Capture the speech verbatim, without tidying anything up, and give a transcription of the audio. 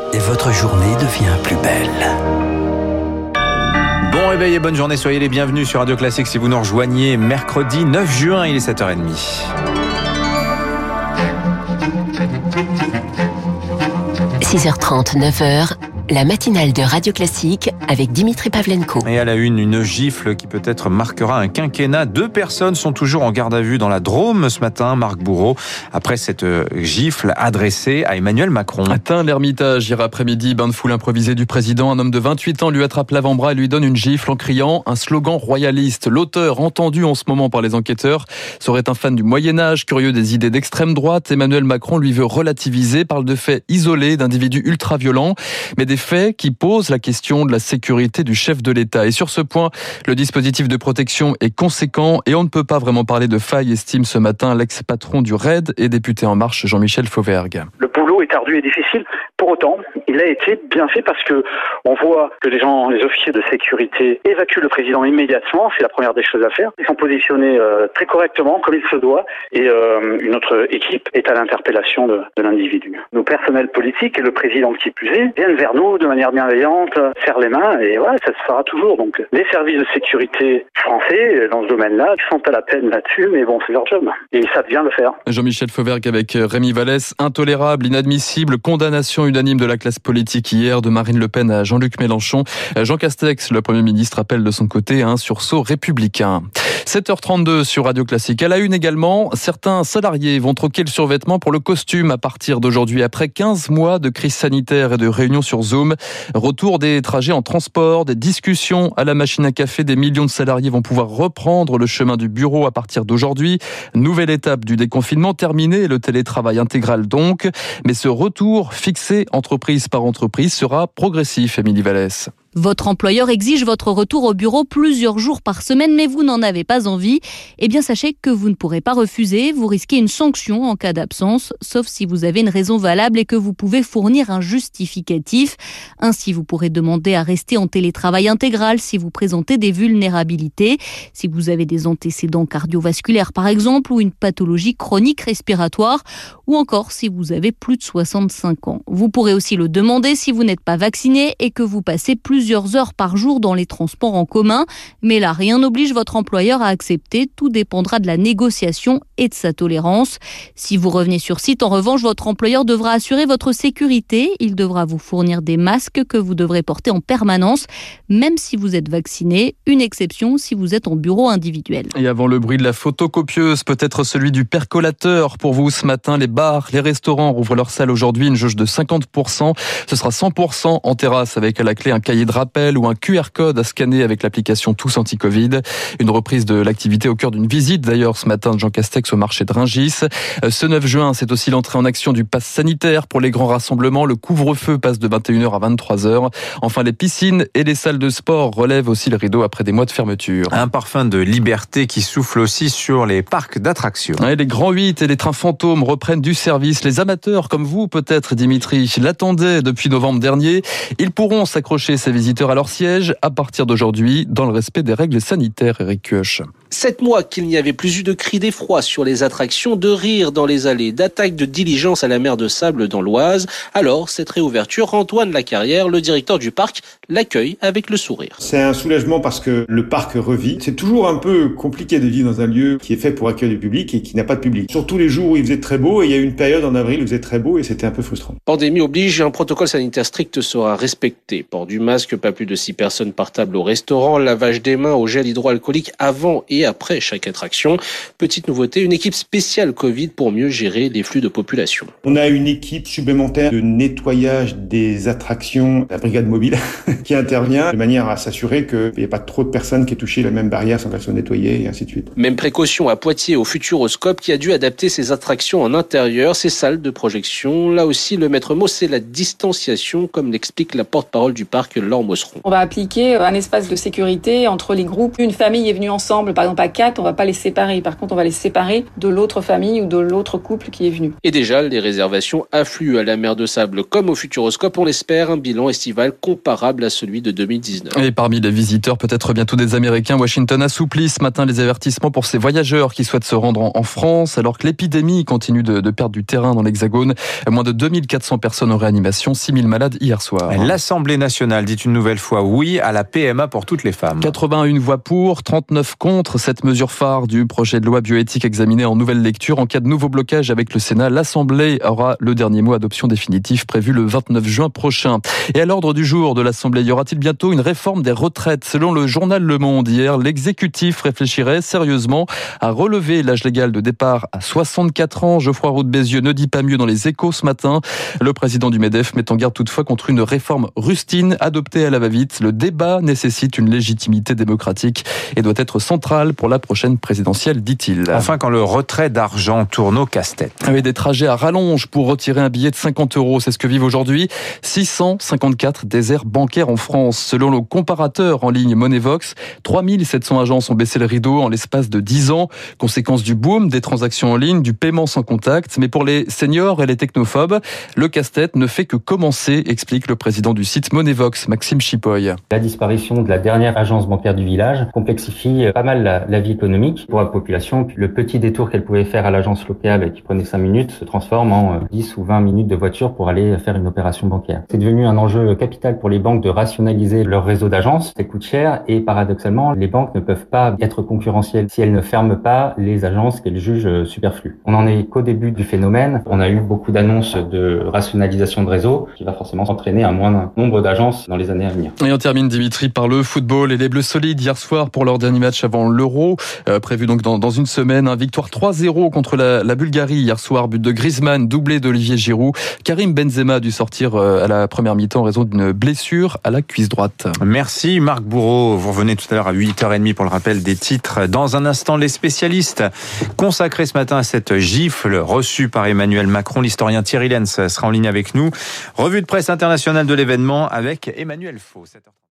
et votre journée devient plus belle. Bon réveil et bonne journée, soyez les bienvenus sur Radio Classique si vous nous rejoignez mercredi neuf juin, il est sept heures trente. six heures trente, neuf heures, la matinale de Radio Classique avec Dimitri Pavlenko. Et à la une, une gifle qui peut-être marquera un quinquennat. Deux personnes sont toujours en garde à vue dans la Drôme ce matin, Marc Bourreau, après cette gifle adressée à Emmanuel Macron. Atteint l'Ermitage hier après-midi, bain de foule improvisé du président. Un homme de vingt-huit ans lui attrape l'avant-bras et lui donne une gifle en criant un slogan royaliste. L'auteur, entendu en ce moment par les enquêteurs, serait un fan du Moyen-Âge, curieux des idées d'extrême droite. Emmanuel Macron lui veut relativiser, parle de faits isolés, d'individus ultra-violents, mais des faits qui posent la question de la sécurité du chef de l'État. Et sur ce point, le dispositif de protection est conséquent et on ne peut pas vraiment parler de faille, estime ce matin l'ex-patron du R A I D et député En Marche, Jean-Michel Fauvergue. Le boulot est ardu et difficile. Pour autant, il a été bien fait parce que on voit que les gens, les officiers de sécurité évacuent le président immédiatement. C'est la première des choses à faire. Ils sont positionnés euh, très correctement, comme il se doit, et euh, une autre équipe est à l'interpellation de, de l'individu. Nos personnels politiques et le président qui plus est viennent vers nous de manière bienveillante, serrent les mains et voilà, ça se fera toujours. Donc les services de sécurité français dans ce domaine-là sont à la peine là-dessus, mais bon, c'est leur job et ils savent bien le faire. Jean-Michel Fauvergue avec Rémi Vallès. Intolérable, inadmissible, condamnation unanime de la classe politique hier, de Marine Le Pen à Jean-Luc Mélenchon. Jean Castex, le Premier ministre, appelle de son côté à un sursaut républicain. sept heures trente-deux sur Radio Classique. À la une également, certains salariés vont troquer le survêtement pour le costume à partir d'aujourd'hui. Après quinze mois de crise sanitaire et de réunions sur Zoom, retour des trajets en transport, des discussions à la machine à café, des millions de salariés vont pouvoir reprendre le chemin du bureau à partir d'aujourd'hui. Nouvelle étape du déconfinement terminée, le télétravail intégral donc. Mais ce retour fixé entreprise par entreprise sera progressif, Émilie Vallès. Votre employeur exige votre retour au bureau plusieurs jours par semaine, mais vous n'en avez pas envie. Eh bien, sachez que vous ne pourrez pas refuser. Vous risquez une sanction en cas d'absence, sauf si vous avez une raison valable et que vous pouvez fournir un justificatif. Ainsi, vous pourrez demander à rester en télétravail intégral si vous présentez des vulnérabilités, si vous avez des antécédents cardiovasculaires par exemple, ou une pathologie chronique respiratoire, ou encore si vous avez plus de soixante-cinq ans. Vous pourrez aussi le demander si vous n'êtes pas vacciné et que vous passez plus plusieurs heures par jour dans les transports en commun. Mais là, rien n'oblige votre employeur à accepter. Tout dépendra de la négociation et de sa tolérance. Si vous revenez sur site, en revanche, votre employeur devra assurer votre sécurité. Il devra vous fournir des masques que vous devrez porter en permanence, même si vous êtes vacciné. Une exception si vous êtes en bureau individuel. Et avant le bruit de la photocopieuse, peut-être celui du percolateur. Pour vous, ce matin, les bars, les restaurants rouvrent leurs salles aujourd'hui. Une jauge de cinquante pour cent. Ce sera cent pour cent en terrasse avec à la clé un cahier de rappel ou un Q R code à scanner avec l'application Tous Anti-Covid. Une reprise de l'activité au cœur d'une visite d'ailleurs ce matin de Jean Castex au marché de Rungis. Ce neuf juin, c'est aussi l'entrée en action du pass sanitaire pour les grands rassemblements. Le couvre-feu passe de vingt et une heures à vingt-trois heures. Enfin, les piscines et les salles de sport relèvent aussi le rideau après des mois de fermeture. Un parfum de liberté qui souffle aussi sur les parcs d'attractions. Ouais, les grands huit et les trains fantômes reprennent du service. Les amateurs, comme vous peut-être Dimitri, l'attendaient depuis novembre dernier. Ils pourront s'accrocher ces visiteurs à leur siège à partir d'aujourd'hui dans le respect des règles sanitaires. Eric Kioch. Sept mois qu'il n'y avait plus eu de cris d'effroi sur les attractions, de rires dans les allées, d'attaques de diligence à la mer de Sable dans l'Oise. Alors, cette réouverture, Antoine Lacarrière, le directeur du parc, l'accueille avec le sourire. C'est un soulagement parce que le parc revit. C'est toujours un peu compliqué de vivre dans un lieu qui est fait pour accueillir du public et qui n'a pas de public. Surtout les jours où il faisait très beau, et il y a eu une période en avril où il faisait très beau et c'était un peu frustrant. Pandémie oblige, un protocole sanitaire strict sera respecté. Port du masque, pas plus de six personnes par table au restaurant, lavage des mains au gel hydroalcoolique avant et après chaque attraction. Petite nouveauté, une équipe spéciale Covid pour mieux gérer les flux de population. On a une équipe supplémentaire de nettoyage des attractions, la brigade mobile, qui intervient de manière à s'assurer qu'il n'y ait pas trop de personnes qui aient touché la même barrière sans qu'elles soient nettoyées et ainsi de suite. Même précaution à Poitiers au Futuroscope qui a dû adapter ses attractions en intérieur, ses salles de projection. Là aussi, le maître mot, c'est la distanciation, comme l'explique la porte-parole du parc, Laure Mosseron. On va appliquer un espace de sécurité entre les groupes. Une famille est venue ensemble, par exemple, non pas quatre, on va pas les séparer. Par contre, on va les séparer de l'autre famille ou de l'autre couple qui est venu. Et déjà, les réservations affluent à la mer de Sable comme au Futuroscope. On l'espère, un bilan estival comparable à celui de deux mille dix-neuf. Et parmi les visiteurs, peut-être bientôt des Américains, Washington assouplit ce matin les avertissements pour ces voyageurs qui souhaitent se rendre en, en France, alors que l'épidémie continue de, de perdre du terrain dans l'Hexagone. Moins de deux mille quatre cents personnes en réanimation, six mille malades hier soir. L'Assemblée nationale dit une nouvelle fois oui à la P M A pour toutes les femmes. quatre-vingt-une voix pour, trente-neuf contre. Cette mesure phare du projet de loi bioéthique examiné en nouvelle lecture. En cas de nouveau blocage avec le Sénat, l'Assemblée aura le dernier mot. Adoption définitive prévue le vingt-neuf juin prochain. Et à l'ordre du jour de l'Assemblée, y aura-t-il bientôt une réforme des retraites? Selon le journal Le Monde hier, l'exécutif réfléchirait sérieusement à relever l'âge légal de départ à soixante-quatre ans. Geoffroy Roux de Bézieux ne dit pas mieux dans les Échos ce matin. Le président du MEDEF met en garde toutefois contre une réforme rustine adoptée à la va-vite. Le débat nécessite une légitimité démocratique et doit être central pour la prochaine présidentielle, dit-il. Enfin, quand le retrait d'argent tourne au casse-tête. Avec des trajets à rallonge pour retirer un billet de cinquante euros, c'est ce que vivent aujourd'hui six cent cinquante-quatre déserts bancaires en France. Selon le comparateur en ligne Moneyvox, trois mille sept cents agences ont baissé le rideau en l'espace de dix ans. Conséquence du boom des transactions en ligne, du paiement sans contact. Mais pour les seniors et les technophobes, le casse-tête ne fait que commencer, explique le président du site Moneyvox, Maxime Chipoy. La disparition de la dernière agence bancaire du village complexifie pas mal la, la vie économique pour la population. Le petit détour qu'elle pouvait faire à l'agence locale qui prenait cinq minutes se transforme en dix ou vingt minutes de voiture pour aller faire une opération bancaire. C'est devenu un enjeu capital pour les banques de rationaliser leur réseau d'agences. Ça coûte cher et paradoxalement, les banques ne peuvent pas être concurrentielles si elles ne ferment pas les agences qu'elles jugent superflues. On n'en est qu'au début du phénomène. On a eu beaucoup d'annonces de rationalisation de réseau qui va forcément entraîner un moindre nombre d'agences dans les années à venir. Et on termine, Dimitri, par le football et les Bleus solides hier soir pour leur dernier match avant l'Euro, euh, prévu donc dans, dans une semaine. Hein, victoire trois zéro contre la, la Bulgarie hier soir, but de Griezmann, doublé d'Olivier Giroud. Karim Benzema a dû sortir euh, à la première mi-temps en raison d'une blessure à la cuisse droite. Merci Marc Bourreau. Vous revenez tout à l'heure à huit heures trente pour le rappel des titres. Dans un instant, les spécialistes consacrés ce matin à cette gifle reçue par Emmanuel Macron. L'historien Thierry Lenz sera en ligne avec nous. Revue de presse internationale de l'événement avec Emmanuel Faux.